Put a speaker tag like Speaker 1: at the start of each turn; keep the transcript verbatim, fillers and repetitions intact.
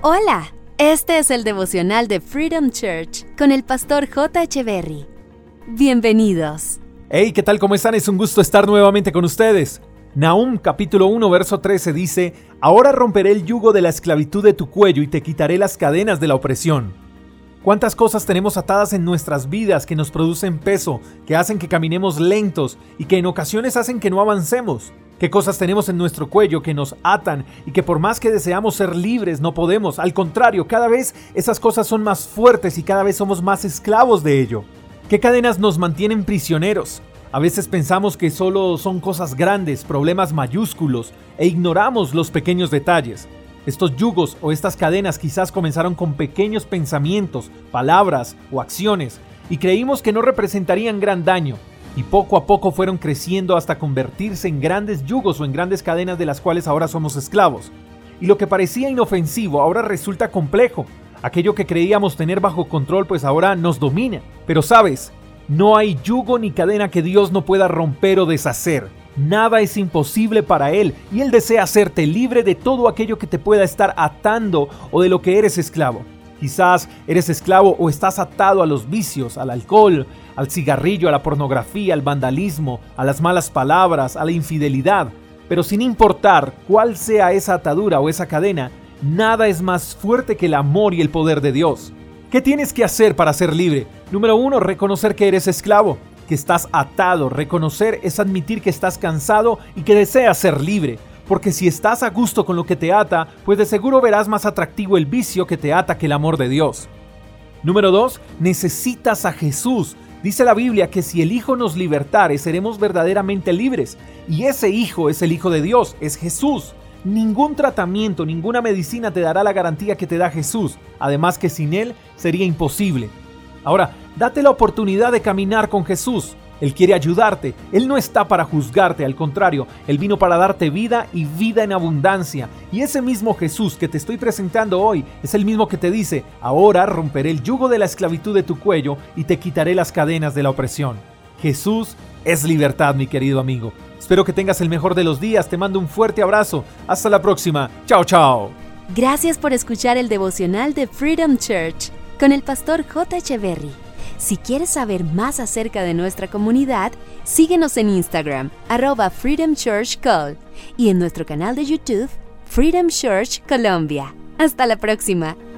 Speaker 1: Hola, este es el devocional de Freedom Church con el pastor J. Echeverry. Bienvenidos.
Speaker 2: Hey, ¿qué tal? ¿Cómo están? Es un gusto estar nuevamente con ustedes. Nahum capítulo uno verso trece dice: Ahora romperé el yugo de la esclavitud de tu cuello y te quitaré las cadenas de la opresión. ¿Cuántas cosas tenemos atadas en nuestras vidas que nos producen peso, que hacen que caminemos lentos y que en ocasiones hacen que no avancemos? ¿Qué cosas tenemos en nuestro cuello que nos atan y que por más que deseamos ser libres no podemos? Al contrario, cada vez esas cosas son más fuertes y cada vez somos más esclavos de ello. ¿Qué cadenas nos mantienen prisioneros? A veces pensamos que solo son cosas grandes, problemas mayúsculos, e ignoramos los pequeños detalles. Estos yugos o estas cadenas quizás comenzaron con pequeños pensamientos, palabras o acciones, y creímos que no representarían gran daño, y poco a poco fueron creciendo hasta convertirse en grandes yugos o en grandes cadenas de las cuales ahora somos esclavos. Y lo que parecía inofensivo ahora resulta complejo. Aquello que creíamos tener bajo control pues ahora nos domina. Pero sabes, no hay yugo ni cadena que Dios no pueda romper o deshacer. Nada es imposible para Él y Él desea hacerte libre de todo aquello que te pueda estar atando o de lo que eres esclavo. Quizás eres esclavo o estás atado a los vicios, al alcohol, al cigarrillo, a la pornografía, al vandalismo, a las malas palabras, a la infidelidad. Pero sin importar cuál sea esa atadura o esa cadena, nada es más fuerte que el amor y el poder de Dios. ¿Qué tienes que hacer para ser libre? Número uno, reconocer que eres esclavo, que estás atado. Reconocer es admitir que estás cansado y que deseas ser libre. Porque si estás a gusto con lo que te ata, pues de seguro verás más atractivo el vicio que te ata que el amor de Dios. Número dos, necesitas a Jesús. Dice la Biblia que si el Hijo nos libertare, seremos verdaderamente libres. Y ese Hijo es el Hijo de Dios, es Jesús. Ningún tratamiento, ninguna medicina te dará la garantía que te da Jesús. Además que sin Él sería imposible. Ahora, date la oportunidad de caminar con Jesús. Él quiere ayudarte. Él no está para juzgarte, al contrario, Él vino para darte vida y vida en abundancia. Y ese mismo Jesús que te estoy presentando hoy es el mismo que te dice: ahora romperé el yugo de la esclavitud de tu cuello y te quitaré las cadenas de la opresión. Jesús es libertad, mi querido amigo. Espero que tengas el mejor de los días. Te mando un fuerte abrazo. Hasta la próxima. Chao, chao.
Speaker 1: Gracias por escuchar el devocional de Freedom Church con el pastor J. Echeverry. Si quieres saber más acerca de nuestra comunidad, síguenos en Instagram, arroba Freedom Church Col, y en nuestro canal de YouTube, Freedom Church Colombia. Hasta la próxima.